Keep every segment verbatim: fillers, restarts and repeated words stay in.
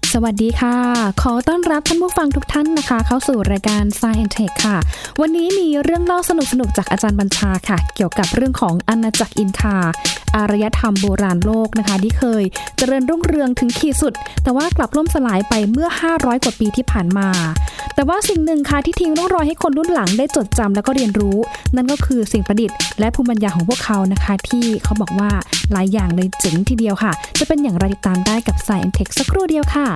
สวัสดีค่ะขอต้อนรับท่านผู้ฟังทุกท่านนะคะเข้าสู่รายการ Science and Tech ค่ะวันนี้มีเรื่องเล่าสนุกๆจากอาจารย์บัญชาค่ะเกี่ยวกับเรื่องของอาณาจักรอินคาอารยธรรมโบราณโลกนะคะที่เคยเจริญรุ่งเรืองถึงขีดสุดแต่ว่ากลับล่มสลายไปเมื่อห้าร้อยกว่าปีที่ผ่านมาแต่ว่าสิ่งหนึ่งค่ะที่ทิ้งร่องรอยให้คนรุ่นหลังได้จดจำแล้วก็เรียนรู้นั่นก็คือสิ่งประดิษฐ์และภูมิปัญญาของพวกเขานะคะที่เขาบอกว่าหลายอย่างเลยเจ๋งทีเดียวค่ะจะเป็นอย่างไรติดตามได้กับ Science and Tech สักครู่เดียวค่ะ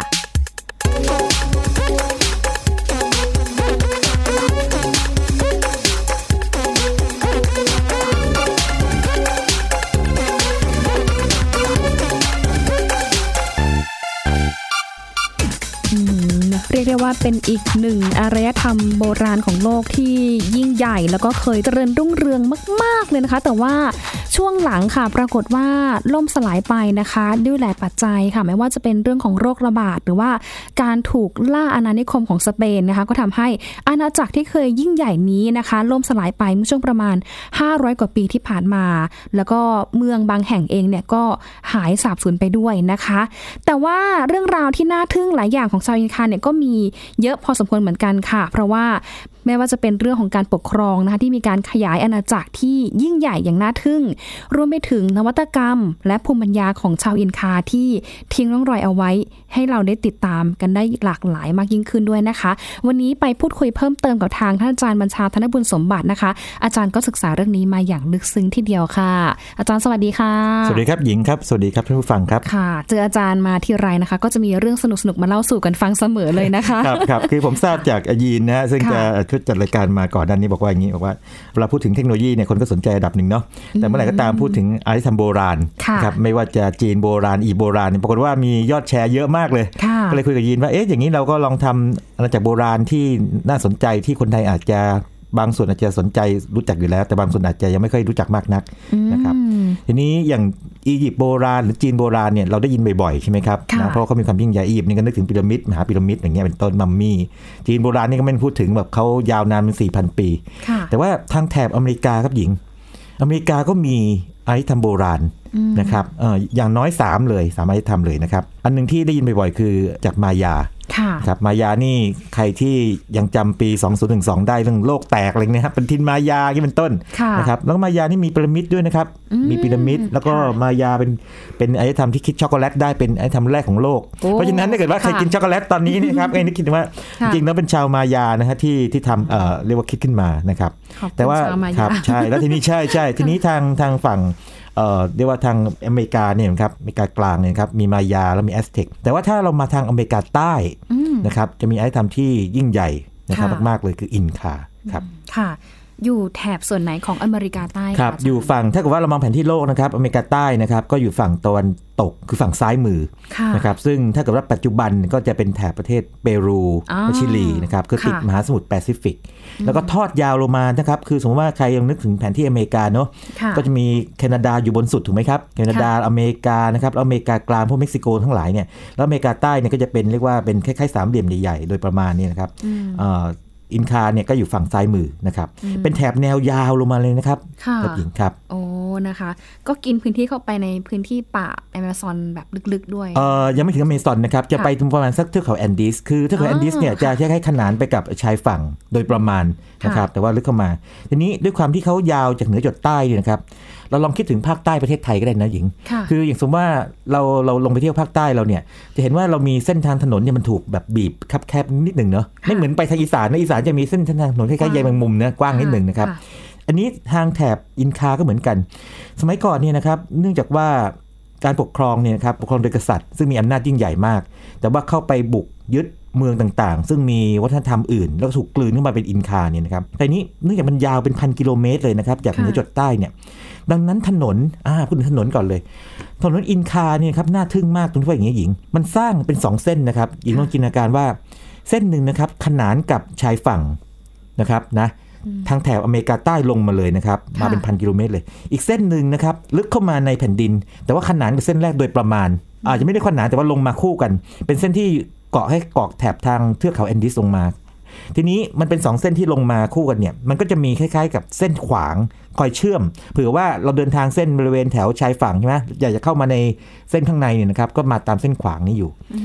เรียกได้ว่าเป็นอีกหนึ่งอารยธรรมโบราณของโลกที่ยิ่งใหญ่แล้วก็เคยเจริญรุ่งเรืองมากๆเลยนะคะแต่ว่าช่วงหลังค่ะปรากฏว่าล่มสลายไปนะคะด้วยหลายปัจจัยค่ะไม่ว่าจะเป็นเรื่องของโรคระบาดหรือว่าการถูกล่าอาณานิคมของสเปนนะคะก็ทำให้อาณาจักรที่เคยยิ่งใหญ่นี้นะคะล่มสลายไปเมื่อช่วงประมาณห้าร้อยกว่าปีที่ผ่านมาแล้วก็เมืองบางแห่งเองเนี่ยก็หายสาบสูญไปด้วยนะคะแต่ว่าเรื่องราวที่น่าทึ่งหลายอย่างของชาวอินคาเนี่ยก็มีเยอะพอสมควรเหมือนกันค่ะเพราะว่าแม้ว่าจะเป็นเรื่องของการปกครองนะคะที่มีการขยายอาณาจักรที่ยิ่งใหญ่อย่างน่าทึ่งรวมไปถึงนวัตกรรมและภูมิปัญญาของชาวอินคาที่ทิ้งร่องรอยเอาไว้ให้เราได้ติดตามกันได้หลากหลายมากยิ่งขึ้นด้วยนะคะวันนี้ไปพูดคุยเพิ่มเติมกับทางท่านอาจารย์บัญชาธนบุญสมบัตินะคะอาจารย์ก็ศึกษาเรื่องนี้มาอย่างลึกซึ้งทีเดียวค่ะอาจารย์สวัสดีค่ะสวัสดีครับหญิงครับสวัสดีครับท่านผู้ฟังครับค่ะเจออาจารย์มาทีไรนะคะก็จะมีเรื่องสนุกๆมาเล่าสู่กันฟังเสมอเลยนะคะครับครับคือผมทราบจากยีนนะฮะซึ่งจะจัดรายการมาก่อนด้านนี้บอกว่าอย่างนี้บอกว่าเวลาพูดถึงเทคโนโลยีเนี่ยคนก็สนใจระดับหนึ่งเนาะแต่เมื่อไหร่ก็ตามพูดถึงอารยธรรมโบราณครับไม่ว่าจะจีนโบราณอีโบราณปรากฏว่ามียอดแชร์เยอะมากเลยก็เลยคุยกับยีนว่าเอ๊ะอย่างนี้เราก็ลองทำอาณาจักรโบราณที่น่าสนใจที่คนไทยอาจจะบางส่วนอาจจะสนใจรู้จักอยู่แล้วแต่บางส่วนอาจจะยังไม่ค่อยรู้จักมากนักนะครับทีนี้อย่างอียิปต์โบราณหรือจีนโบราณเนี่ยเราได้ยินบ่อยๆใช่ไหมครับนะเพราะเขามีความยิ่งใหญ่อียิปต์นี่ก็นึกถึงพีระมิดมหาพีระมิดอย่างเงี้ยเป็นต้นมัมมี่จีนโบราณนี่ก็ไม่พูดถึงแบบเขายาวนานเป็น สี่พัน ปีแต่ว่าทางแถบอเมริกาครับหญิงอเมริกาก็มีอารยธรรมโบราณนะครับเอ่ออย่างน้อยสามเลยสามอารยธรรมเลยนะครับอันนึงที่ได้ยินบ่อยๆคือจากมายาครับมายานี่ใครที่ยังจำปีสองพันสิบสองได้เรื่องโลกแตกอะไรเนี่ยครับเป็นทินมายาที่เป็นต้นนะครับแล้วมายานี่มีพีระมิดด้วยนะครับมีพีระมิดแล้วก็มายาเป็นเป็นอารยธรรมที่คิดช็อกโกแลตได้เป็นอารยธรรมแรกของโลกเพราะฉะนั้นถ้าเกิดว่าใครกินช็อกโกแลตตอนนี้นะครับไอ้นี่คิดว่าจริงๆแล้วเป็นชาวมายานะฮะที่ที่ทำเอ่อเรียกว่าคิดขึ้นมานะครับแต่ว่าครับใช่แล้วทีนี้ใช่ใช่ทีนี้ทางทางฝั่งเอ่อเรียกว่าทางอเมริกาเนี่ยครับอเมริกากลางเนี่ยครับมีมายาแล้วมีแอสเท็กแต่ว่าถ้าเรามาทางอเมริกาใต้นะครับจะมีอารยธรรมที่ยิ่งใหญ่นะครับมากๆเลยคืออินคาครับค่ะอยู่แถบส่วนไหนของอเมริกาใต้ครับอยู่ฝั่งถ้าเกิดว่าเรามองแผนที่โลกนะครับอเมริกาใต้นะครับก็อยู่ฝั่งตะวันตกคือฝั่งซ้ายมือนะครับซึ่งถ้าเกิดว่าปัจจุบันก็จะเป็นแถบประเทศเปรูชิลีนะครับคือติดมหาสมุทรแปซิฟิกแล้วก็ทอดยาวลงมานะครับคือสมมติว่าใครยังนึกถึงแผนที่อเมริกาเนาะก็จะมีแคนาดาอยู่บนสุดถูกไหมครับแคนาดาอเมริกานะครับแล้วอเมริกากลางพวกเม็กซิโกทั้งหลายเนี่ยแล้วอเมริกาใต้เนี่ยก็จะเป็นเรียกว่าเป็นคล้ายๆสามเหลี่ยมใหญ่ๆโดยประมาณนี้นะครับอินคาเนี่ยก็อยู่ฝั่งซ้ายมือนะครับเป็นแถบแนวยาวลงมาเลยนะครับครับหญิงครับโอ้นะคะก็กินพื้นที่เข้าไปในพื้นที่ป่าแอมะซอนแบบลึกๆด้วยเอ่อยังไม่ถึงอเมซอนนะครับจะไปถึงประมาณสักเทือกเขาแอนดีสคือเทือกเขาแอนดีสเนี่ยจะคล้ายๆขนานไปกับชายฝั่งโดยประมาณนะครับแต่ว่าลึกเข้ามาทีนี้ด้วยความที่เขายาวจากเหนือจดใต้เนี่ยนะครับเราลองคิดถึงภาคใต้ประเทศไทยก็ได้นะหญิงคืออย่างสมมติว่าเราเราลงไปเที่ยวภาคใต้เราเนี่ยจะเห็นว่าเรามีเส้นทางถนนเนี่ยมันถูกแบบบีบคับแคบนิดหนึ่งเนาะไม่เหมือนไปทางอีสานนะอีสานจะมีเส้นทางถนนคล้ายๆใยแมงมุมนะกว้างนิดหนึ่งนะครับอันนี้ทางแถบอินคาก็เหมือนกันสมัยก่อนเนี่ยนะครับเนื่องจากว่าการปกครองเนี่ยครับปกครองโดยกษัตริย์ซึ่งมีอำนาจยิ่งใหญ่มากแต่ว่าเข้าไปบุกยึดเมืองต่างๆซึ่งมีวัฒนธรรมอื่นแล้วถูกกลืนเข้ามาเป็นอินคาเนี่ยนะครับแต่นี้เนื่องจากมันยาวเป็นพันกิโลเมตรเลยนะครับจากเหนือจดใต้เนี่ยดังนั้นถนนอ่าพูดถึงถนนก่อนเลยถนนอินคาเนี่ยครับน่าทึ่งมากตรงที่ว่าอย่างนี้หญิงมันสร้างเป็นสองเส้นนะครับหญิงลองจินตนาการว่าเส้นหนึ่งนะครับขนานกับชายฝั่งนะครับนะทางแถบอเมริกาใต้ลงมาเลยนะครับมาเป็นพันกิโลเมตรเลยอีกเส้นหนึ่งนะครับลึกเข้ามาในแผ่นดินแต่ว่าขนานกับเส้นแรกโดยประมาณอาจจะไม่ได้ขนานแต่ว่าลงมาคู่กันเป็นเส้นที่เกาะให้เกาะแถบทางเทือกเขาแอนดีสลงมาทีนี้มันเป็นสองเส้นที่ลงมาคู่กันเนี่ยมันก็จะมีคล้ายๆกับเส้นขวางคอยเชื่อมเผื่อว่าเราเดินทางเส้นบริเวณแถวชายฝั่งใช่ไหมอยากจะเข้ามาในเส้นข้างในเนี่ยนะครับก็มาตามเส้นขวางนี้อยู่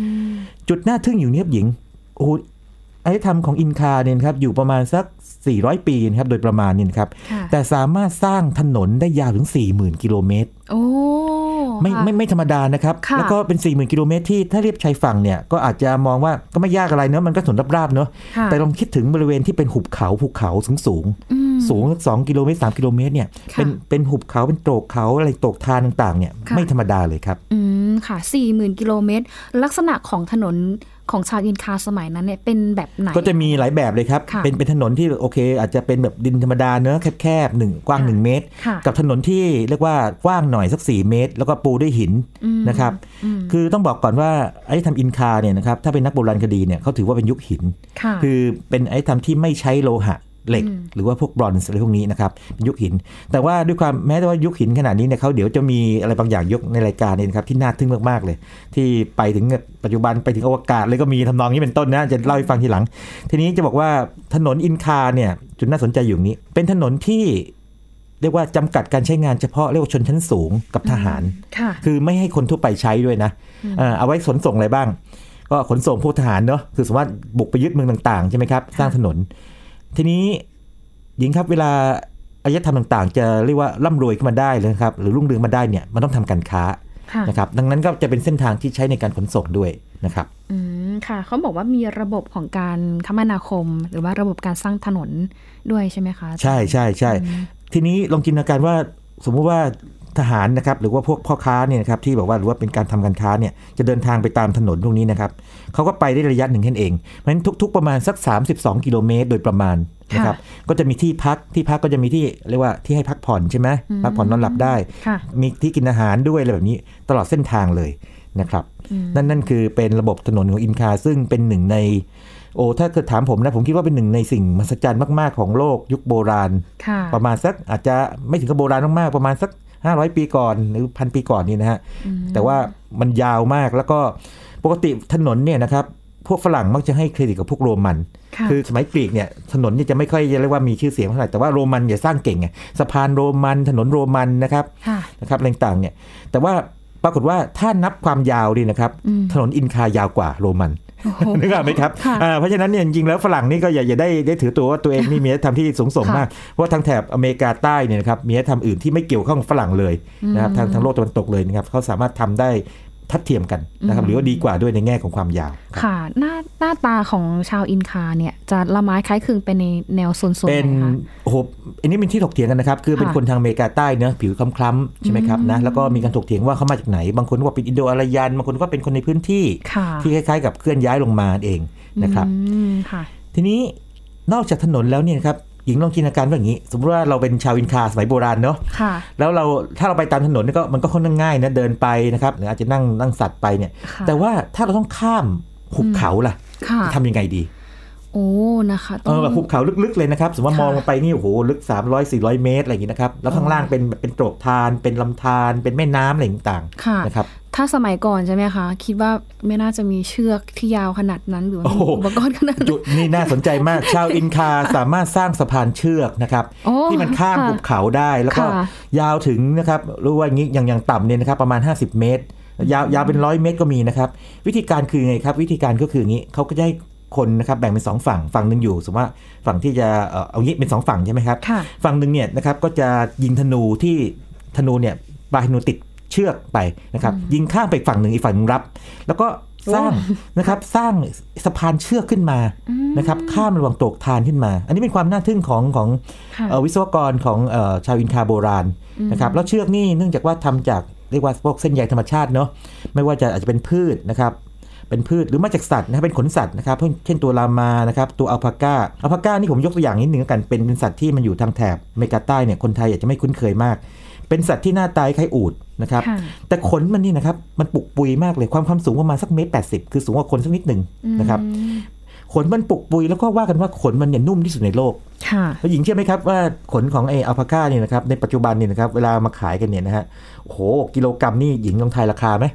จุดน่าทึ่งอยู่เนี่ยครับหญิงโอ้อารยธรรมของอินคาเนี่ยครับอยู่ประมาณสักสี่ร้อยปีนะครับโดยประมาณนี่ครับแต่สามารถสร้างถนนได้ยาวถึง สี่หมื่น กิโลเมตรโอ้ไม่ไม่ไม่ธรรมดานะครับแล้วก็เป็น สี่หมื่น กิโลเมตรที่ถ้าเรียบชายฝั่งเนี่ยก็อาจจะมองว่าก็ไม่ยากอะไรเนอะมันก็ถนนราบๆเนอะแต่ลองคิดถึงบริเวณที่เป็นหุบเขาภูเขาสูงสูงสูงสองกิโลเมตรสามกิโลเมตรเนี่ยเป็นเป็นหุบเขาเป็นโตกเขาอะไรโตกทานต่างๆเนี่ยไม่ธรรมดาเลยครับอืมค่ะ สี่หมื่น กิโลเมตรลักษณะของถนนของชาวอินคาสมัยนั้นเนี่ยเป็นแบบไหนก็จะมีหลายแบบเลยครับเป็นเป็นถนนที่โอเคอาจจะเป็นแบบดินธรรมดาเนื้อแคบๆหนึ่งกว้างหนึ่งเมตรกับถนนที่เรียกว่ากว้างหน่อยสักสี่เมตรแล้วก็ปูด้วยหินนะครับคือต้องบอกก่อนว่าไอ้ทำอินคาเนี่ยนะครับถ้าเป็นนักโบราณคดีเนี่ยเขาถือว่าเป็นยุคหินคือเป็นไอ้ทำที่ไม่ใช้โลหะเหล็กหรือว่าพวกบรอนซ์อะไรพวกนี้นะครับยุคหินแต่ว่าด้วยความแม้ว่ายุคหินขนาดนี้เนี่ยเขาเดี๋ยวจะมีอะไรบางอย่างยกในรายการเนี่ยนะครับที่น่าทึ่งมากๆเลยที่ไปถึงปัจจุบันไปถึงอวกาศเลยก็มีทำนองนี้เป็นต้นนะจะเล่าให้ฟังทีหลังทีนี้จะบอกว่าถนนอินคาเนี่ยจุดน่าสนใจอยู่นี้เป็นถนนที่เรียกว่าจำกัดการใช้งานเฉพาะเรียกว่าชนชั้นสูงกับทหารคือไม่ให้คนทั่วไปใช้ด้วยนะเอาไว้ขนส่งอะไรบ้างก็ขนส่งพวกทหารเนาะคือสมมติว่าบุกไปยึดเมืองต่างๆใช่ไหมครับสร้างถนนทีนี้หญิงครับเวลาอารยธรรมต่างๆจะเรียกว่าร่ำรวยขึ้นมาได้เลยครับหรือรุ่งเรืองมาได้เนี่ยมันต้องทำการค้านะครับดังนั้นก็จะเป็นเส้นทางที่ใช้ในการขนส่งด้วยนะครับอืมค่ะเขาบอกว่ามีระบบของการคมนาคมหรือว่าระบบการสร้างถนนด้วยใช่ไหมคะใช่ใช่ใช่ทีนี้ลองจินตนาการว่าสมมุติว่าทหารนะครับหรือว่าพวกพ่อค้าเนี่ยนะครับที่บอกว่าหรือว่าเป็นการทำการค้าเนี่ยจะเดินทางไปตามถนนตรงนี้นะครับเขาก็ไปได้ระยะหนึ่งแค่เองเพราะฉะนั้นทุกๆประมาณสักสามสิบสองกิโลเมตรโดยประมาณนะครับก็จะมีที่พักที่พักก็จะมีที่เรียกว่าที่ให้พักผ่อนใช่ไหมพักผ่อนนอนหลับได้มีที่กินอาหารด้วยอะไรแบบนี้ตลอดเส้นทางเลยนะครับนั่นนั่นคือเป็นระบบถนนของอินคาซึ่งเป็นหนึ่งในโอ้ถ้าเกิดถามผมนะผมคิดว่าเป็นหนึ่งในสิ่งมหัศจรรย์มากๆของโลกยุคโบราณประมาณสักอาจจะไม่ถึงกับโบราณมากๆประมาณสักห้าร้อยปีก่อนหรือพันปีก่อนนี่นะฮะแต่ว่ามันยาวมากแล้วก็ปกติถนนเนี่ยนะครับพวกฝรั่งมักจะให้เครดิตกับพวกโรมันคือสมัยกรีกเนี่ยถนนนี่จะไม่ค่อยเรียกว่ามีชื่อเสียงเท่าไหร่แต่ว่าโรมันอย่าสร้างเก่งไงสะพานโรมันถนนโรมันนะครับนะครับอะไรต่างเนี่ยแต่ว่าปรากฏว่าถ้านับความยาวดีนะครับถนนอินคายาวกว่าโรมันนึกออกไหมครับเพราะฉะนั้นเนี่ยจริงๆแล้วฝรั่งนี่ก็อย่าอย่าได้ได้ถือตัวว่าตัวเองนี่มีอารยธรรมที่สูงส่งมากเพราะทางแถบอเมริกาใต้เนี่ยนะครับมีอารยธรรมอื่นที่ไม่เกี่ยวข้องฝรั่งเลยนะครับทางทางโลกตะวันตกเลยนะครับเขาสามารถทำได้ทัดเทียมกันนะครับหรือว่าดีกว่าด้วยในแง่ของความยาวค่ะหน้าหน้าตาของชาวอินคาเนี่ยจะละไม้คล้ายคลึงเป็นในแนวโซนๆเป็นโอ้โหอันนี้เป็นที่ถกเถียงกันนะครับคือเป็นคนทางอเมริกาใต้เนื้อผิวคล้ำๆใช่ไหมครับนะแล้วก็มีการถกเถียงว่าเขามาจากไหนบางคนว่าเป็นอินโดอารยันบางคนก็เป็นคนในพื้นที่ที่คล้ายๆกับเคลื่อนย้ายลงมาเองนะครับทีนี้นอกจากถนนแล้วเนี่ยครับหญิงลองจินตนาการว่าอย่างนี้สมมติว่าเราเป็นชาวอินคาสมัยโบราณเนาะแล้วเราถ้าเราไปตามถนนนี่ก็มันก็ค่อนข้างง่ายนะเดินไปนะครับหรืออาจจะนั่งนั่งสัตว์ไปเนี่ยแต่ว่าถ้าเราต้องข้ามหุบเขาล่ะจะทำยังไงดีโอ้นะคะเออแบบหุบเขาลึกๆเลยนะครับสมมติว่ามองลงไปนี่โอ้โหลึกสามร้อย สี่ร้อยเมตรอะไรอย่างนี้นะครับแล้วข้างล่างเป็นเป็นโตรกทานเป็นลำธารเป็นแม่น้ำอะไรต่างๆนะครับถ้าสมัยก่อนใช่ไหมคะคิดว่าไม่น่าจะมีเชือกที่ยาวขนาดนั้นหรืออุปกรณ์ขนาดนั้นนี่น่าสนใจมากชาวอินคาสามารถสร้างสะพานเชือกนะครับที่มันข้ามหุบเขาได้แล้วก็ยาวถึงนะครับรู้ว่าอย่างนี้อย่างอย่างต่ำเนี่ยนะครับประมาณห้าสิบเมตรยาวยาวเป็นร้อยเมตรก็มีนะครับวิธีการคือไงครับวิธีการก็คืออย่างนี้เขาก็จะให้คนนะครับแบ่งเป็นสองฝั่งฝั่งนึงอยู่สมมติว่าฝั่งที่จะเอางี้เป็นสองฝั่งใช่ไหมครับฝั่งนึงเนี่ยนะครับก็จะยิงธนูที่ธนูเนี่ยปลายธนูติดเชือกไปนะครับยิงข้ามไปฝั่งหนึ่งอีกฝั่งนึงรับแล้วก็สร้างนะครับสร้างสะพานเชือกขึ้นมานะครับข้ามระหว่างโตกทานขึ้นมาอันนี้เป็นความน่าทึ่งของของวิศวกรของชาวอินคาโบราณนะครับแล้วเชือกนี่เนื่องจากว่าทำจากเรียกว่าพวกเส้นใยธรรมชาติเนาะไม่ว่าจะอาจจะเป็นพืชนะครับเป็นพืชหรือมาจากสัตว์นะครับเป็นขนสัตว์นะครับเช่นตัวลามานะครับตัวอัลพาก้าอัลพาก้านี่ผมยกตัวอย่างนิดนึงกันเป็นสัตว์ที่มันอยู่ทางแถบอเมริกาใต้เนี่ยคนไทยอาจจะไม่คุ้นเคยมากเป็นสัตว์ที่หน้าตาคล้ายอูฐนะครับแต่ขนมันนี่นะครับมันปุกปุยมากเลยความความสูงประมาณสักเมตรแปดสิบคือสูงกว่าคนสักนิดหนึ่งนะครับขนมันปุกปุยแล้วก็ว่ากันว่าขนมันเนี่ยนุ่มที่สุดในโลกแล้วหญิงเชื่อไหมครับว่าขนของไออัลพาก้าเนี่ยนะครับในปัจจุบันเนี่ยนะครับเวลามาขายกันเนี่ยนะฮะโอ้โหกิโลกรัมนี่หญิงลองทายราคาไหม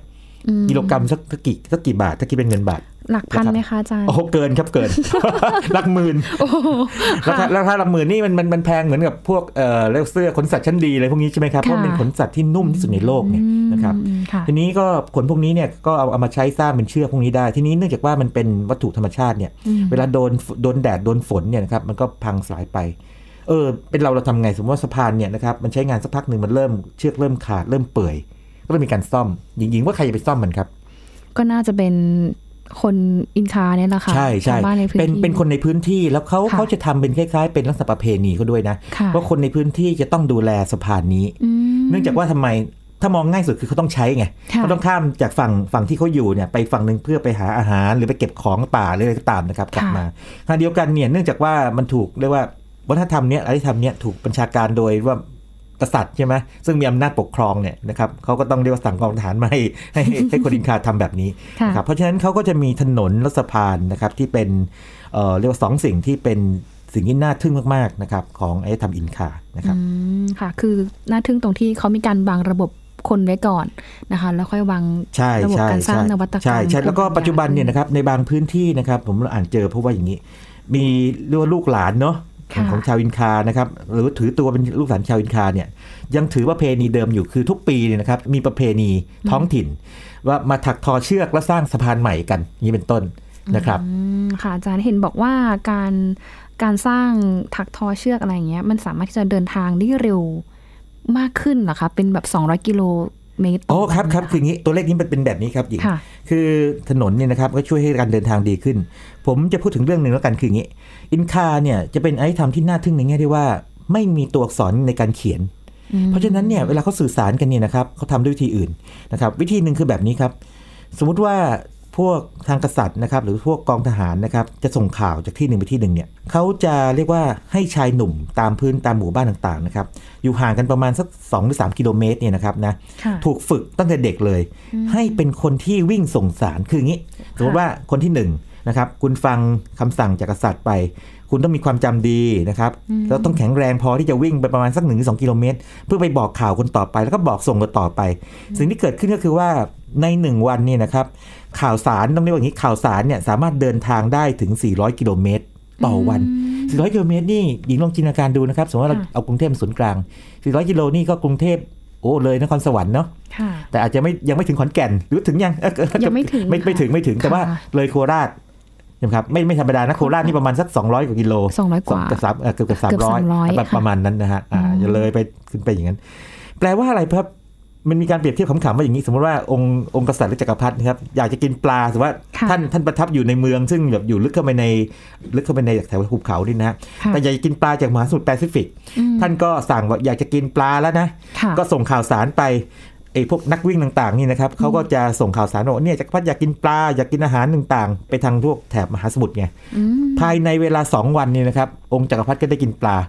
กิโลกรัมสักกี่สักกี่บาทถ้าคิดเป็นเงินบาทหลักพันไหมคะอาจารย์โอ้เกินครับเกิน หลักหมื่นแล้วถ้าแล้วถ้าหลักหมื่นนี่มันมันมันแพงเหมือนกับพวกเอ่อเสื้อเสื้อขนสัตว์ชั้นดีอะไรพวกนี้ใช่ไหมครับเพราะเป็นขนสัตว์ที่นุ่มที่สุดในโลกเนี่ยนะครับทีนี้ก็ขนพวกนี้เนี่ยก็เอาเอามาใช้สร้างเป็นเชือกพวกนี้ได้ทีนี้เนื่องจากว่ามันเป็นวัตถุธรรมชาติเนี่ยเวลาโดนโดนแดดโดนฝนเนี่ยนะครับมันก็พังสลายไปเออเป็นเราเราทำไงสมมติว่าสะพานเนี่ยนะครับมันใช้งานสักพักหนึ่งมันเริ่มเชือกเริ่มขาดเริ่มเปื่อยก็ต้องมีการซ่อมหญิงๆว่าใครจะไปซ่อมมันครับก็น่าจะเป็นคนอินคาเนี่ยแหละค่ะใช่ใช่เป็นเป็นคนในพื้นที่แล้วเขาเขาจะทำเป็นคล้ายๆเป็นลักษณะประเพณีเขาด้วยนะว่าคนในพื้นที่จะต้องดูแลสะพานนี้เนื่องจากว่าทำไมถ้ามองง่ายสุดคือเขาต้องใช้ไงเขาต้องข้ามจากฝั่งฝั่งที่เขาอยู่เนี่ยไปฝั่งนึงเพื่อไปหาอาหารหรือไปเก็บของป่าหรืออะไรก็ตามนะครับกลับมาขณะเดียวกันเนี่ยเนื่องจากว่ามันถูกเรียกว่าวัฒนธรรมเนี้ยอารยธรรมเนี้ยถูกบัญชาการโดยว่ากษัตริย์ใช่ไหมซึ่งมีอำนาจปกครองเนี่ยนะครับเขาก็ต้องเรียกว่าสั่งกองทหารมาให้ให้ให้คนอินคาทำแบบนี้นะครับเพราะฉะนั้นเขาก็จะมีถนนและสะพานนะครับที่เป็นเอ่อเรียกว่าสองสิ่งที่เป็นสิ่งที่น่าทึ่งมากๆนะครับของอารยธรรมอินคานะครับค่ะคือน่าทึ่งตรงที่เขามีการวางระบบคนไว้ก่อนนะคะแล้วค่อยวางระบบการสร้างนวัตกรรมใช่ใช่แล้วก็ปัจจุบันเนี่ยนะครับในบางพื้นที่นะครับผมอ่านเจอเพราะว่าอย่างนี้มีเรียกว่าลูกหลานเนาะของชาวอินคานะครับหรือถือตัวเป็นลูกหลานชาวอินคาเนี่ยยังถือประเพณีเดิมอยู่คือทุกปีเนี่ยนะครับมีประเพณีท้องถิ่นว่ามาถักทอเชือกแล้วสร้างสะพานใหม่กันนี้เป็นต้นนะครับค่ะอาจารย์เห็นบอกว่าการการสร้างถักทอเชือกอะไรอย่างเงี้ยมันสามารถที่จะเดินทางได้เร็วมากขึ้นเหรอคะเป็นแบบสองร้อยกิโลเมตรอ๋อครับครับคืออย่างนี้ตัวเลขนี้มันเป็นแบบนี้ครับหญิงคือถนนเนี่ยนะครับก็ช่วยให้การเดินทางดีขึ้นผมจะพูดถึงเรื่องหนึ่งแล้วกันคืออย่างนี้อินคาเนี่ยจะเป็นอารยธรรมที่น่าทึ่งในแง่ที่ว่าไม่มีตัวอักษรในการเขียนเพราะฉะนั้นเนี่ยเวลาเขาสื่อสารกันเนี่ยนะครับเขาทำด้วยวิธีอื่นนะครับวิธีหนึ่งคือแบบนี้ครับสมมุติว่าพวกทางกษัตริย์นะครับหรือพวกกองทหารนะครับจะส่งข่าวจากที่หนึ่งไปที่หนึ่งเนี่ยเขาจะเรียกว่าให้ชายหนุ่มตามพื้นตามหมู่บ้านต่างๆนะครับอยู่ห่างกันประมาณสักสองหรือสามกิโลเมตรเนี่ยนะครับนะถูกฝึกตั้งแต่เด็กเลยให้เป็นคนที่วิ่งส่งสารคืออย่างนี้สมมติว่าคนที่หนึ่งนะครับคุณฟังคำสั่งจากกษัตริย์ไปคุณต้องมีความจำดีนะครับแล้วต้องแข็งแรงพอที่จะวิ่งไปประมาณสักหนึ่งถึงสองกิโลเมตรเพื่อไปบอกข่าวคนต่อไปแล้วก็บอกส่งต่อไปสิ่งที่เกิดขึ้นก็คือว่าในหนึ่งวันนี่นะครับข่าวสารต้องเรียกว่าอย่างนี้ข่าวสารเนี่ยสามารถเดินทางได้ถึงสี่ร้อยกิโลเมตรต่อวันสี่ร้อยกิโลเมตรนี่หญิงลองจินตนาการดูนะครับสมมติว่าเราเอากรุงเทพเป็นศูนย์กลางสี่ร้อยกิโลนี่ก็กรุงเทพโอ้เลยนครสวรรค์เนาะแต่อาจจะไม่ยังไม่ถึงขอนแก่นหรือถึงยังยังไม่ถึงไม่ไม่ถึงไม่ถึงแต่ว่าเลยโคราชนะครับไม่ไม่ธรรมดานะโคราชนี่ประมาณสักสองร้อยกว่ากิโลสองร้อยกว่าเกือบเกือบสามร้อยประมาณนั้นนะฮะอ่าจะเลยไปขึ้นไปอย่างนั้นแปลว่าอะไรครับมันมีการเปรียบเทียบขำๆว่าอย่างนี้สมมติว่าองค์องค์กษัตริย์หรือจักรพรรดินะครับอยากจะกินปลาสมมติว่าท่านท่านประทับอยู่ในเมืองซึ่งแบบอยู่ลึกเข้าไปในลึกเข้าไปในแถวภูเขานี่นะแต่อยากจะกินปลาจากมหาสมุทรแปซิฟิกท่านก็สั่งว่าอยากจะกินปลาแล้วนะก็ส่งข่าวสารไปไอ้พวกนักวิ่งต่างๆนี่นะครับเขาก็จะส่งข่าวสารว่าเนี่ยจักรพรรดิอยากกินปลาอยากกินอาหารต่างๆไปทางพวกแถบมหาสมุทรไงภายในเวลาสองวันนี่นะครับองค์จักรพรรดิก็ได้กินปลา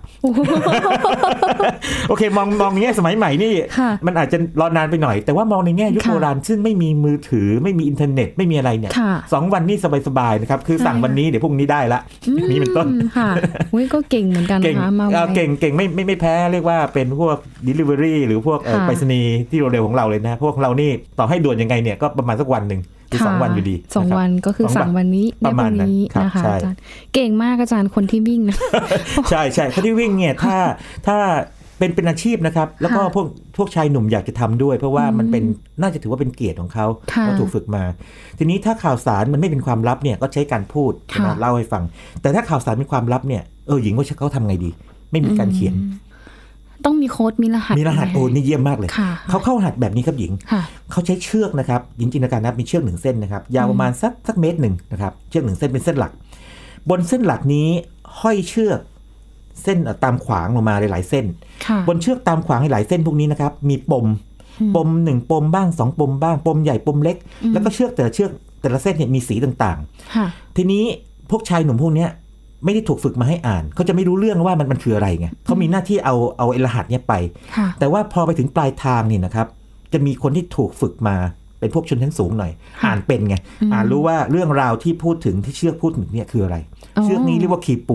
โอเคมองมองในแง่สมัยใหม่นี่มันอาจจะรอนานไปหน่อยแต่ว่ามองในแง่ยุคโบราณซึ่งไม่มีมือถือไม่มีอินเทอร์เน็ตไม่มีอะไรเนี่ยสองวันนี่สบายๆนะครับคือสั่งวันนี้เดี๋ยวพรุ่งนี้ได้ละนี่เป็นต้นค่ะก็เก่งเหมือนกันนะคะมาเก่งเก่งไม่ไม่ไม่แพ้เรียกว่าเป็นพวก delivery หรือพวกไปรษณีย์ที่เร็วของเราเลยนะพวกเรานี่ต่อให้ด่วนยังไงเนี่ยก็ประมาณสักวันหนึ่งหรือสองวันอยู่ดีสองวันก็คือสั่งวันนี้ประมาณนี้นะคะอาจารย์เก่งมากอาจารย์คนที่วิ่งนะใช่ใช่คนที่วิ่งเนี่ยถ้าถ้าเป็นเป็นอาชีพนะครับแล้วก็พวกพวกชายหนุ่มอยากจะทำด้วยเพราะว่ามันเป็นน่าจะถือว่าเป็นเกียรติของเขาเขาถูกฝึกมาทีนี้ถ้าข่าวสารมันไม่เป็นความลับเนี่ยก็ใช้การพูดนะเล่าให้ฟังแต่ถ้าข่าวสารเป็นความลับเนี่ยเออหญิงว่าเขาทำไงดีไม่มีการเขียนต้องมีโค้ดมีรหัสมีรหัสโอ้นี่เยี่ยมมากเลยเขาเข้ารหัสแบบนี้ครับหญิงเขาใช้เชือกนะครับหญิงจินตนาการนะมีเชือกหนึ่งเส้นนะครับยาวประมาณสักสักเมตรหนึ่งนะครับเชือกหนึ่งเส้นเป็นเส้นหลักบนเส้นหลักนี้ห้อยเชือกเส้นตามขวางลงมาหลายๆเส้นบนเชือกตามขวางหลายเส้นพวกนี้นะครับมีปมปมหนึ่งปมบ้างสองปมบ้างปมใหญ่ปมเล็กแล้วก็เชือกแต่ละเชือกแต่ละเส้นเนี่ยมีสีต่างๆทีนี้พวกชายหนุ่มพวกนี้ไม่ได้ถูกฝึกมาให้อ่านเขาจะไม่รู้เรื่องว่ามันมันคืออะไรไงเขามีหน้าที่เอาเอารหัสเนี่ยไปแต่ว่าพอไปถึงปลายทางนี่นะครับจะมีคนที่ถูกฝึกมาเป็นพวกชนชั้นสูงหน่อยอ่านเป็นไงอ่านรู้ว่าเรื่องราวที่พูดถึงที่เชือกพูดถึงเนี่ยคืออะไรเชือกนี้เรียกว่าคีปู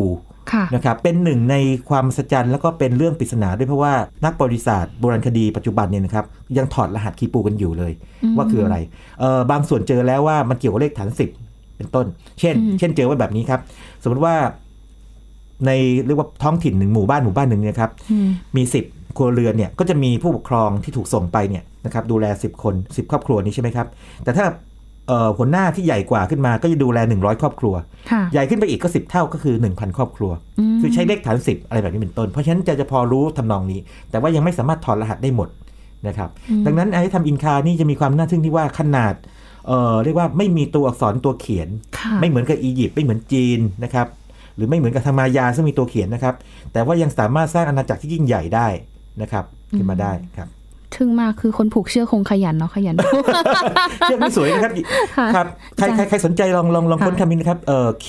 นะครับเป็นหนึ่งในความมหัศจรรย์แล้วก็เป็นเรื่องปริศนาด้วยเพราะว่านักประวัติศาสตร์โบราณคดีปัจจุบันเนี่ยนะครับยังถอดรหัสคีปูกันอยู่เลยว่าคืออะไรเอ่อบางส่วนเจอแล้วว่ามันเกี่ยวกับเลขฐานสิบเป็นต้นเช่นเช่นเจอไว้แบบนี้ครับสมมติว่าในเรียกว่าท้องถิ่นหนึ่งหมู่บ้านหมู่บ้านหนึ่งเนี่ยครับมีสิบครัวเรือนเนี่ยก็จะมีผู้ปกครองที่ถูกส่งไปเนี่ยนะครับดูแลสิบคนสิบครอบครัวนี้ใช่ไหมครับแต่ถ้าหัวหน้าที่ใหญ่กว่าขึ้นมาก็จะดูแลหนึ่งร้อยครอบครัวใหญ่ขึ้นไปอีกก็สิบเท่าก็คือ หนึ่งพัน ครอบครัวคือใช้เลขฐานสิบอะไรแบบนี้เป็นต้นเพราะฉะนั้นจะจะพอรู้ทำนองนี้แต่ว่ายังไม่สามารถถอดรหัสได้หมดนะครับดังนั้นไอ้ทำอินคานี่จะมีความน่าทึ่งที่ว่าขนาดเอ่อเรียกว่าไม่มีตัวอักษรตัวเขียนไม่เหมือนกับอียิปต์ไม่เหมือนจีนนะครับหรือไม่เหมือนกับทางมายาซึ่งมีตัวเขียนนะครับแต่ว่ายังสามารถสร้างอาณาจักรที่ยิ่งใหญ่ได้นะครับขึ้นมาได้ครับทึ่งมากคือคนผูกเชือกคงขยันเนาะขยันเชือกไม่สวยนะครับครับใครใครใครสนใจลองลองลองค้นคำนี้นะครับเอ่อ Q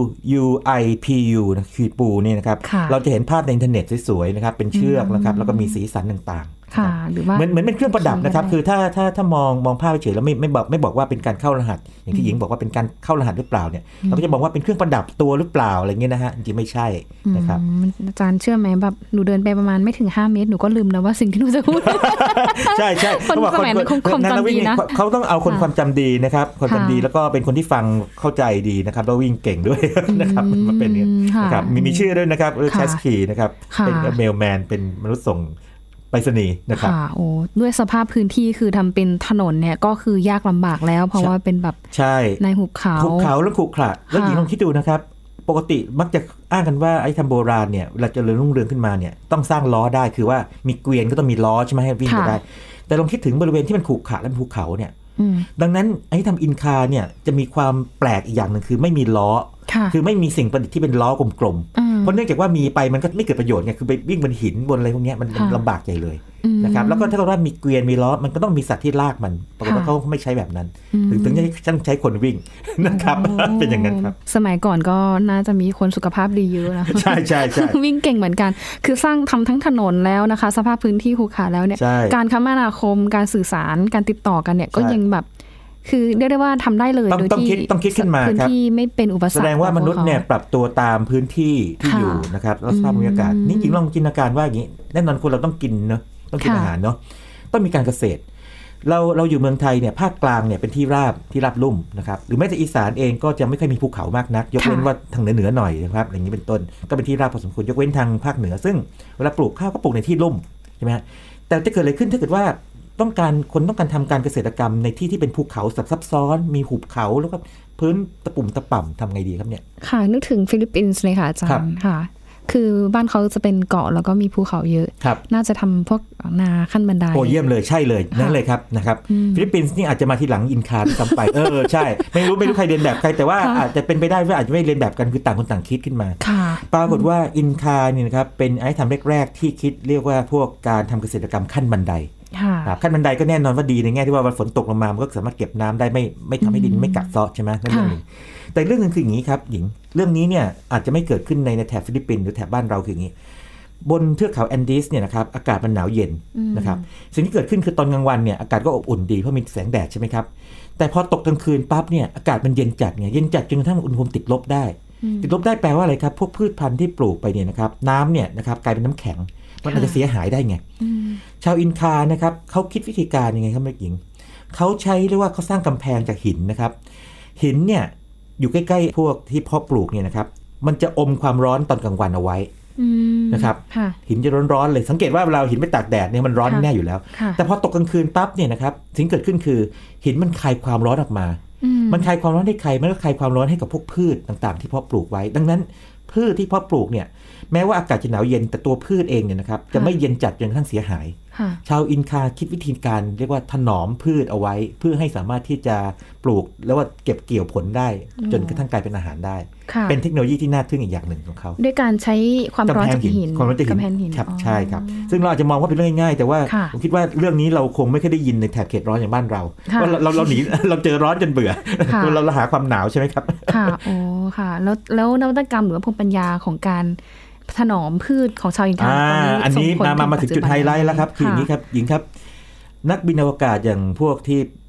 U I P U นะคีปูนี่นะครับเราจะเห็นภาพในอินเทอร์เน็ตสวยๆนะครับเป็นเชือกนะครับแล้วก็มีสีสันต่างๆค่ะหรือว่าเหมือนเหมือนเป็นเครื่องประดับนะครับคือถ้าถ้าถ้ามองมองภาพเฉยแล้วไม่ไม่บอกไม่บอกว่าเป็นการเข้ารหัสอย่างที่หญิงบอกว่าเป็นการเข้ารหัสหรือเปล่าเนี่ยเราก็จะบอกว่าเป็นเครื่องประดับตัวหรือเปล่าอะไรเงี้ยนะฮะจริงไม่ใช่นะครับอาจารย์เชื่อไหมแบบหนูเดินไปประมาณไม่ถึงห้าเมตรหนูก็ลืมแล้วว่าสิ่งที่หนูจะพูดใช่ใช่คนสมัยนั้นคงความจำดีนะเขาต้องเอาคนความจำดีนะครับคนจำดีแล้วก็เป็นคนที่ฟังเข้าใจดีนะครับแล้ววิ่งเก่งด้วยนะครับมันเป็นอย่างนี้นะครับมีมีชื่อด้วยนะครับแคสคีนะครับเป็นเมลแมนเป็นมนุษย์ส่งไปรษณีย์นะครับค่ะโอ้ด้วยสภาพพื้นที่คือทำเป็นถนนเนี่ยก็คือยากลำบากแล้วเพราะว่าเป็นแบบใช่ในหุบเขาหุบเขาแล้วขรุขระแล้วหญิงลองคิดดูนะครับปกติมักจะอ้างกันว่าไอ้ทำโบราณเนี่ยเวลาเจริญรุ่งเรืองขึ้นมาเนี่ยต้องสร้างล้อได้คือว่ามีเกวียนก็ต้องมีล้อใช่ไหมให้วิ่งได้แต่ลองคิดถึงบริเวณที่มันขรุขระและภูเขาเนี่ยดังนั้นไอ้ทำอินคาเนี่ยจะมีความแปลกอีกอย่างนึงคือไม่มีล้อคือไม่มีสิ่งประดิษฐ์ที่เป็นล้อกลมๆเพราะเนื่องจากว่ามีไปมันก็ไม่เกิดประโยชน์ไงคือไปวิ่งบนหินบนอะไรพวกนี้มันลำบากใหญ่เลยนะครับแล้วก็ถ้าเกิดว่ามีเกวียนมีล้อมันก็ต้องมีสัตว์ที่ลากมันปรากฏว่าเขาไม่ใช้แบบนั้นถึงถึงจะต้องใช้คนวิ่งนะครับเป็นอย่างนั้นครับสมัยก่อนก็น่าจะมีคนสุขภาพดีเยอะนะใช่ใช่ใช่วิ่งเก่งเหมือนกันคือสร้างทำทั้งถนนแล้วนะคะสภาพพื้นที่ภูเขาแล้วเนี่ยการคมนาคมการสื่อสารการติดต่อกันเนี่ยก็ยังแบบคือเรียกได้ว่าทำได้เลยโดยที่ต้องคิดขึ้นมาพื้นที่ไม่เป็นอุปสรรคแสดงว่ามนุษย์เนี่ยปรับตัวตามพื้นที่ที่อยู่นะครับแล้วสภาพบรรยากาศนี่จริงลองจินตนาการว่าอย่างนี้แน่นอนคนเราต้องกินเนาะต้องกินอาหารเนาะต้องมีการเกษตรเราเราอยู่เมืองไทยเนี่ยภาคกลางเนี่ยเป็นที่ราบที่ราบลุ่มนะครับหรือแม้แต่อีสานเองก็จะไม่ค่อยมีภูเขามากนักยกเว้นว่าทางเหนือเหนือหน่อยนะครับอย่างนี้เป็นต้นก็เป็นที่ราบพอสมควรยกเว้นทางภาคเหนือซึ่งเวลาปลูกข้าวก็ปลูกในที่ลุ่มใช่ไหมแต่จะเกิดอะไรขึ้นถ้าเกิดว่าต้องการคนต้องการทำการเกษตรกรรมในที่ที่เป็นภูเขาซับซ้อนมีหุบเขาแล้วก็พื้นตะปุ่มตะป่ำทำไงดีครับเนี่ยค่ะนึกถึงฟิลิปปินส์เลยค่ะอาจารย์ค่ะคือบ้านเขาจะเป็นเกาะแล้วก็มีภูเขาเยอะน่าจะทำพวกนาขั้นบันไดโอ้เยี่ยมเลยใช่เลยนั่นเลยครับนะครับฟิลิปปินส์นี่อาจจะมาทีหลังอินคาที่ทำไปเออใช่ไม่รู้ไม่รู้ใครเรียนแบบใครแต่ว่าอาจจะเป็นไปได้ว่าอาจจะไม่เรียนแบบกันคือต่างคนต่างคิดขึ้นมาปรากฏว่าอินคาเนี่ยนะครับเป็นไอ้ทำแรกๆที่คิดเรียกว่าพวกการทำเกษตรกรรมขั้นบันไดขั้นบันไดก็แน่นอนว่าดีในแง่ที่ว่าฝนตกลงมามันก็สามารถเก็บน้ำได้ไม่ไม่ทำให้ดินไม่กัดเซาะใช่ไหมนั่นเรื่องนึงแต่เรื่องนึงคืออย่างนี้ครับหญิงเรื่องนี้เนี่ยอาจจะไม่เกิดขึ้นในแถบฟิลิปปินส์หรือแถบบ้านเราคืออย่างนี้บนเทือกเขาแอนดีสเนี่ยนะครับอากาศมันหนาวเย็นนะครับสิ่งที่เกิดขึ้นคือตอนกลางวันเนี่ยอากาศก็อบอุ่นดีเพราะมีแสงแดดใช่ไหมครับแต่พอตกกลางคืนปั๊บเนี่ยอากาศมันเย็นจัดไงเย็นจัดจนกระทั่งอุณหภูมิติดลบได้ติดลบได้แปลว่าอะไรครับพวกพืชพันธุ์ที่ปลูกไปเนี่ยนะครับน้ำเนี่ยนะครับกลายเป็นน้ำแข็งมันอาจจะเสียหายได้ไงชาวอินคานะครับเขาคิดวิธีการยังไงครับแม่หญิงเขาใช้เรียกว่าเขาสร้างกำแพงจากหินนะครับหินเนี่ยอยู่ใกล้ๆพวกที่เพาะปลูกเนี่ยนะครับมันจะอมความร้อนตอนกลางวันเอาไว้นะครับหินจะร้อนๆเลยสังเกตว่าเวลาหินไปตากแดดเนี่ยมันร้อนแน่อยู่แล้วแต่พอตกกลางคืนปั๊บเนี่ยนะครับสิ่งเกิดขึ้นคือหินมันคายความร้อนออกมามันคายความร้อนให้ใครมันก็คายความร้อนให้กับพวกพืชต่างๆที่เพาะปลูกไว้ดังนั้นพืชที่เพาะปลูกเนี่ยแม้ว่าอากาศจะหนาวเย็นแต่ตัวพืชเองเนี่ยนะครับจะไม่เย็นจัดจนกระทั่งเสียหายชาวอินคาคิดวิธีการเรียกว่าถนอมพืชเอาไว้เพื่อให้สามารถที่จะปลูกแล้วว่าเก็บเกี่ยวผลได้จนกระทั่งกลายเป็นอาหารได้เป็นเทคโนโลยีที่น่าทึ่งอีกอย่างหนึ่งของเขาด้วยการใช้ความร้อนจากหินความร้อนจากหินครับใช่ครับซึ่งเราอาจจะมองว่าเป็นเรื่องง่ายๆแต่ว่าผมคิดว่าเรื่องนี้เราคงไม่เคยได้ยินในแถบเขตร้อนอย่างบ้านเราว่าเราเราหนีเราเจอร้อนจนเบื่อเราเราหาความหนาวใช่ไหมครับค่ะโอ้ค่ะแล้วแล้วนวัตกรรมหรือภูมิปัญญาของการถนอมพืชของชาวอินคาตอนนี้อันนี้มามาถึงจุดไฮไลท์แล้วครับคืออย่างนี้ครับหญิงครับนักบินอวกาศอย่างพวกที่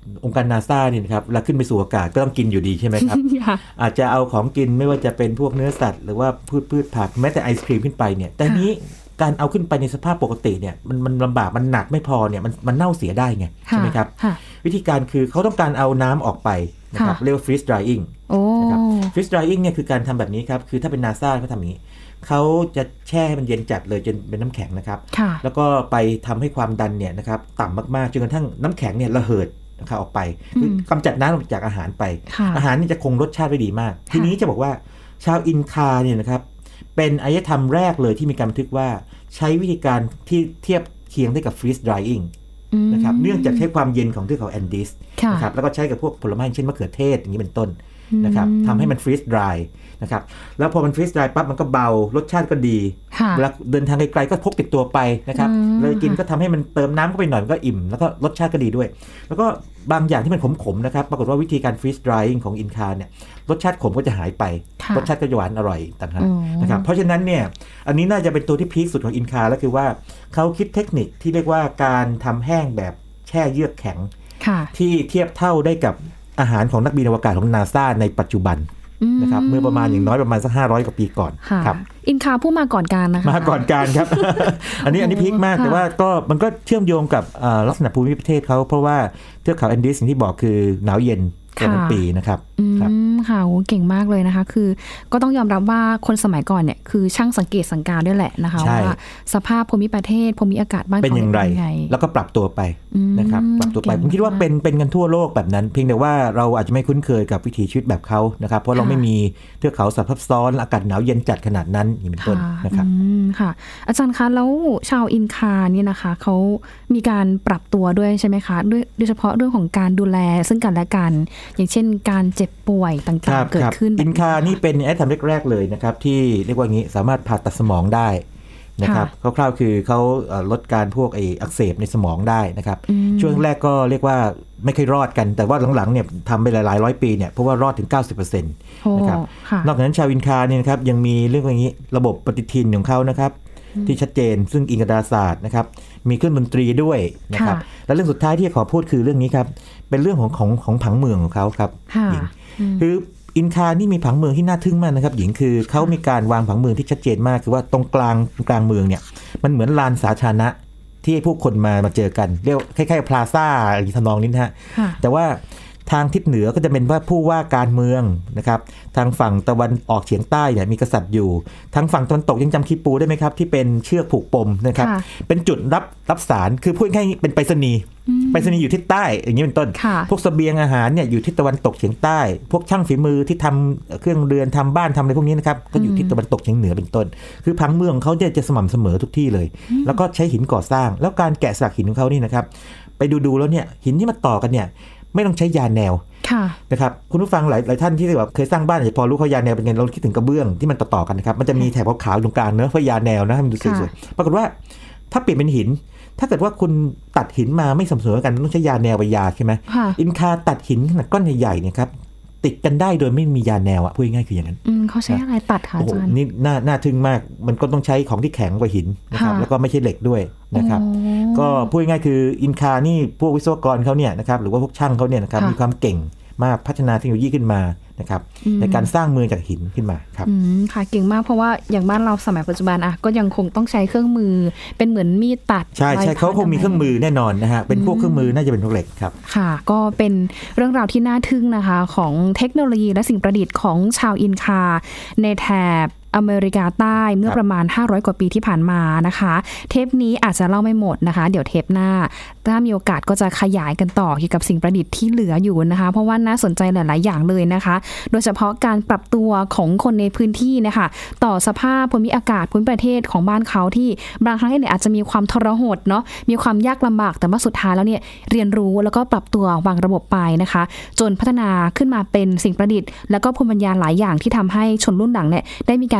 องค์การนาซาเนี่ยนะครับเวลาขึ้นไปสู่อากาศก็ต้องกินอยู่ดีใช่ไหมครับ อาจจะเอาของกินไม่ว่าจะเป็นพวกเนื้อสัตว์หรือว่าพืชพืชผักแม้แต่ไอศครีมขึ้นไปเนี่ยแต่นี้การเอาขึ้นไปในสภาพปกติเนี่ยมันมันลำบากมันหนักไม่พอเนี่ยมันมันเน่าเสียได้ไงใช่ไหมครับวิธีการคือเขาต้องการเอาน้ำออกไปนะครับเรียกว่า freeze drying นะครับ freeze drying เนี่ยคือการทำแบบนี้ครับคือถ้าเป็นนาซาเขาทำอย่างนี้เขาจะแช่ให้มันเย็นจัดเลยจนเป็นน้ำแข็งนะครับแล้วก็ไปทำให้ความดันเนี่ยนะครับต่ำมากๆจนกระทั่งน้ำแข็งเนี่ยระเหิดนะครับออกไปคือกำจัดน้ำออกจากอาหารไปอาหารนี่จะคงรสชาติไว้ดีมากทีนี้จะบอกว่าชาวอินคาเนี่ยนะครับเป็นอารยธรรมแรกเลยที่มีการบันทึกว่าใช้วิธีการที่เทียบเคียงได้กับ freeze drying นะครับเนื่องจากใช้ความเย็นของเทือกเขาแอนดีสนะครับแล้วก็ใช้กับพวกผลไม้เช่นมะเขือเทศอย่างนี้เป็นต้นนะครับทำให้มัน freeze dry นะครับแล้วพอมัน freeze dry ปั๊บมันก็เบารสชาติก็ดีเวลาเดินทางไกลๆก็พกติดตัวไปนะครับเลยกินก็ทำให้มันเติมน้ำเข้าไปหน่อยก็อิ่มแล้วก็รสชาติก็ดีด้วยแล้วก็บางอย่างที่มันขมๆนะครับปรากฏว่าวิธีการ freeze drying ของอินคาเนี่ยรสชาติขมก็จะหายไปรสชาติก็จะหวานอร่อยต่างหากนะครับเพราะฉะนั้นเนี่ยอันนี้น่าจะเป็นตัวที่พีคสุดของอินคาแล้วคือว่าเขาคิดเทคนิคที่เรียกว่าการทำแห้งแบบแช่เยือกแข็งที่เทียบเท่าได้กับอาหารของนักบินอวกาศของนาซาในปัจจุบันนะครับเมื่อประมาณอย่างน้อยประมาณสักห้าร้อยกว่าปีก่อนครับอินคาผู้มาก่อนการนะคะมาก่อนการครับ อันนี้อันนี้พีคมากแต่ว่าก็มันก็เชื่อมโยงกับลักษณะภูมิประเทศเขาเพราะว่าเทือกเขาแอนดีสอย่างที่บอกคือหนาวเย็นทั้งปีนะครับครับค่ะโหเก่งมากเลยนะคะคือก็ต้องยอมรับว่าคนสมัยก่อนเนี่ยคือช่างสังเกตสังการด้วยแหละนะคะว่าสภาพภูมิประเทศภูมิอากาศบ้านเขาเป็นอย่างไรแล้วก็ปรับตัวไปนะครับปรับตัวไปผมคิดว่าเป็นเป็นกันทั่วโลกแบบนั้นเพียงแต่ว่าเราอาจจะไม่คุ้นเคยกับวิถีชีวิตแบบเขานะครับเพราะเราไม่มีเทือกเขาซับซ้อนอากาศหนาวเย็นจัดขนาดนั้นอย่างเป็นต้นนะครับค่ะอาจารย์คะแล้วชาวอินคาเนี่ยนะคะเขามีการปรับตัวด้วยใช่ไหมคะด้วยโดยเฉพาะเรื่องของการดูแลซึ่งกันและกันอย่างเช่นการเจ็บป่วยต่างๆเกิดขึ้นอินคานี่เป็นไอ้ทำแรกๆเลยนะครับที่เรียกว่างี้สามารถผ่าตัดสมองได้นะครับคร่าวๆคือเขาลดการพวกไออักเสบในสมองได้นะครับช่วงแรกก็เรียกว่าไม่เคยรอดกันแต่ว่าหลังๆเนี่ยทำไปหลายๆร้อยปีเนี่ยเพราะว่ารอดถึง เก้าสิบเปอร์เซ็นต์ นะครับนอกจากนั้นชาวอินคาเนี่ยนะครับยังมีเรื่องอย่างนี้ระบบปฏิทินของเขานะครับที่ชัดเจนซึ่งอิงกับดาราศาสตร์นะครับมีเครื่องดนตรีด้วยนะครับและเรื่องสุดท้ายที่ขอพูดคือเรื่องนี้ครับเป็นเรื่องของของของผังเมืองของเขาครับหญิงคืออินคานี่มีผังเมืองที่น่าทึ่งมากนะครับหญิงคือเขามีการวางผังเมืองที่ชัดเจนมากคือว่าตรงกลางกลางเมืองเนี่ยมันเหมือนลานสาธารณะที่ผู้คนมามาเจอกันเรียกคล้ายๆพลาซ่าอะไรทำนองนี้นะฮะแต่ว่าทางทิศเหนือก็จะเป็นว่าผู้ว่าการเมืองนะครับทางฝั่งตะวันออกเฉียงใต้เนี่ยมีกษัตริย์อยู่ทางฝั่งตะวันตกยังจำคีปูได้ไหมครับที่เป็นเชือกผูกปมนะครับเป็นจุดรับรับสารคือพูดง่ายๆเป็นไปรษณีย์ไปรษณีย์อยู่ทิศใต้อย่างนี้เป็นต้นพวกเสบียงอาหารเนี่ยอยู่ทิศตะวันตกเฉียงใต้พวกช่างฝีมือที่ทำเครื่องเรือนทำบ้านทำอะไรพวกนี้นะครับก็อยู่ทิศตะวันตกเฉียงเหนือเป็นต้นคือผังเมืองของเขาจะสม่ำเสมอทุกที่เลยแล้วก็ใช้หินก่อสร้างแล้วการแกะสลักหินของเขานี่นะครับไปดูๆแล้วเนี่ยหินที่มาต่อกันเนี่ยไม่ต้องใช้ยาแนวนะครับคุณผู้ฟังหลายหลายท่านที่แบบเคยสร้างบ้านอาจจะพอรู้เขายาแนวเป็นไงเราคิดถึงกระเบื้องที่มันต่อๆกันนะครับมันจะมีแถบขาวๆตรงกลางเนื้อเพราะยาแนวนะให้มันดูสวยๆปรากฏว่าถ้าเปลี่ยนเป็นหินถ้าเกิดว่าคุณตัดหินมาไม่สม่ำเสมอกันต้องใช้ยาแนวไปยาใช่ไหมอินคาตัดหินขนาดก้อนใหญ่ๆเนี่ยครับติดกันได้โดยไม่มียาแนวอ่ะพูดง่ายๆคืออย่างนั้นเขาใช้อะไรตัดคะอาจารย์นี่น่าน่าทึ่งมากมันก็ต้องใช้ของที่แข็งกว่าหินนะครับแล้วก็ไม่ใช่เหล็กด้วยนะครับก็พูดง่ายๆคืออินคานี่พวกวิศวกรเขาเนี่ยนะครับหรือว่าพวกช่างเขาเนี่ยนะครับมีความเก่งมากพัฒนาเทคโนโลยีขึ้นมานะครับในการสร้างเมืองจากหินขึ้นมาครับค่ะเก่งมากเพราะว่าอย่างบ้านเราสมัยปัจจุบันอ่ะก็ยังคงต้องใช้เครื่องมือเป็นเหมือนมีดตัดใช่ใช่เขาคงมีเครื่องมือแน่นอนนะฮะเป็นพวกเครื่องมือน่าจะเป็นพวกเหล็กครับค่ะก็เป็นเรื่องราวที่น่าทึ่งนะคะของเทคโนโลยีและสิ่งประดิษฐ์ของชาวอินคาในแถบอเมริกาใต้เมื่อประมาณห้าร้อยกว่าปีที่ผ่านมานะคะเทปนี้อาจจะเล่าไม่หมดนะคะเดี๋ยวเทปหน้าถ้ามีโอกาสก็จะขยายกันต่อเกี่ยวกับสิ่งประดิษฐ์ที่เหลืออยู่นะคะเพราะว่าน่าสนใจหลายๆอย่างเลยนะคะโดยเฉพาะการปรับตัวของคนในพื้นที่นะคะต่อสภาพภูมิอากาศภูมิประเทศของบ้านเขาที่บางครั้งเนี่ยอาจจะมีความทรหดเนาะมีความยากลำบากแต่ว่าสุดท้ายแล้วเนี่ยเรียนรู้แล้วก็ปรับตัววางระบบไปนะคะจนพัฒนาขึ้นมาเป็นสิ่งประดิษฐ์แล้วก็ภูมิปัญญาหลายอย่างที่ทำให้ชนรุ่นหลังเนี่ยได้มีการ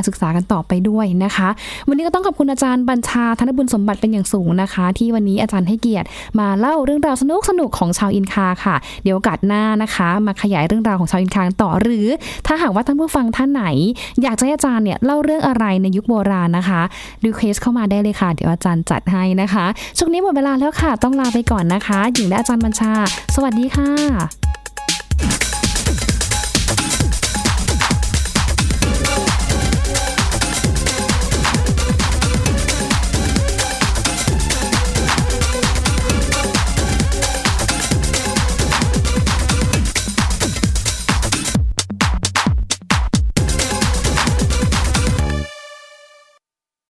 ศึกษากันต่อไปด้วยนะคะวันนี้ก็ต้องขอบคุณอาจารย์บัญชาธนบุญสมบัติเป็นอย่างสูงนะคะที่วันนี้อาจารย์ให้เกียรติมาเล่าเรื่องราวสนุกสนุกของชาวอินคาค่ะเดี๋ยวโอกาสหน้านะคะมาขยายเรื่องราวของชาวอินคาต่อหรือถ้าหากว่าท่านผู้ฟังท่านไหนอยากจะให้อาจารย์เนี่ยเล่าเรื่องอะไรในยุคโบราณนะคะรีเควสเข้ามาได้เลยค่ะเดี๋ยวอาจารย์จัดให้นะคะช่วงนี้หมดเวลาแล้วค่ะต้องลาไปก่อนนะคะหญิงและอาจารย์บัญชาสวัสดีค่ะ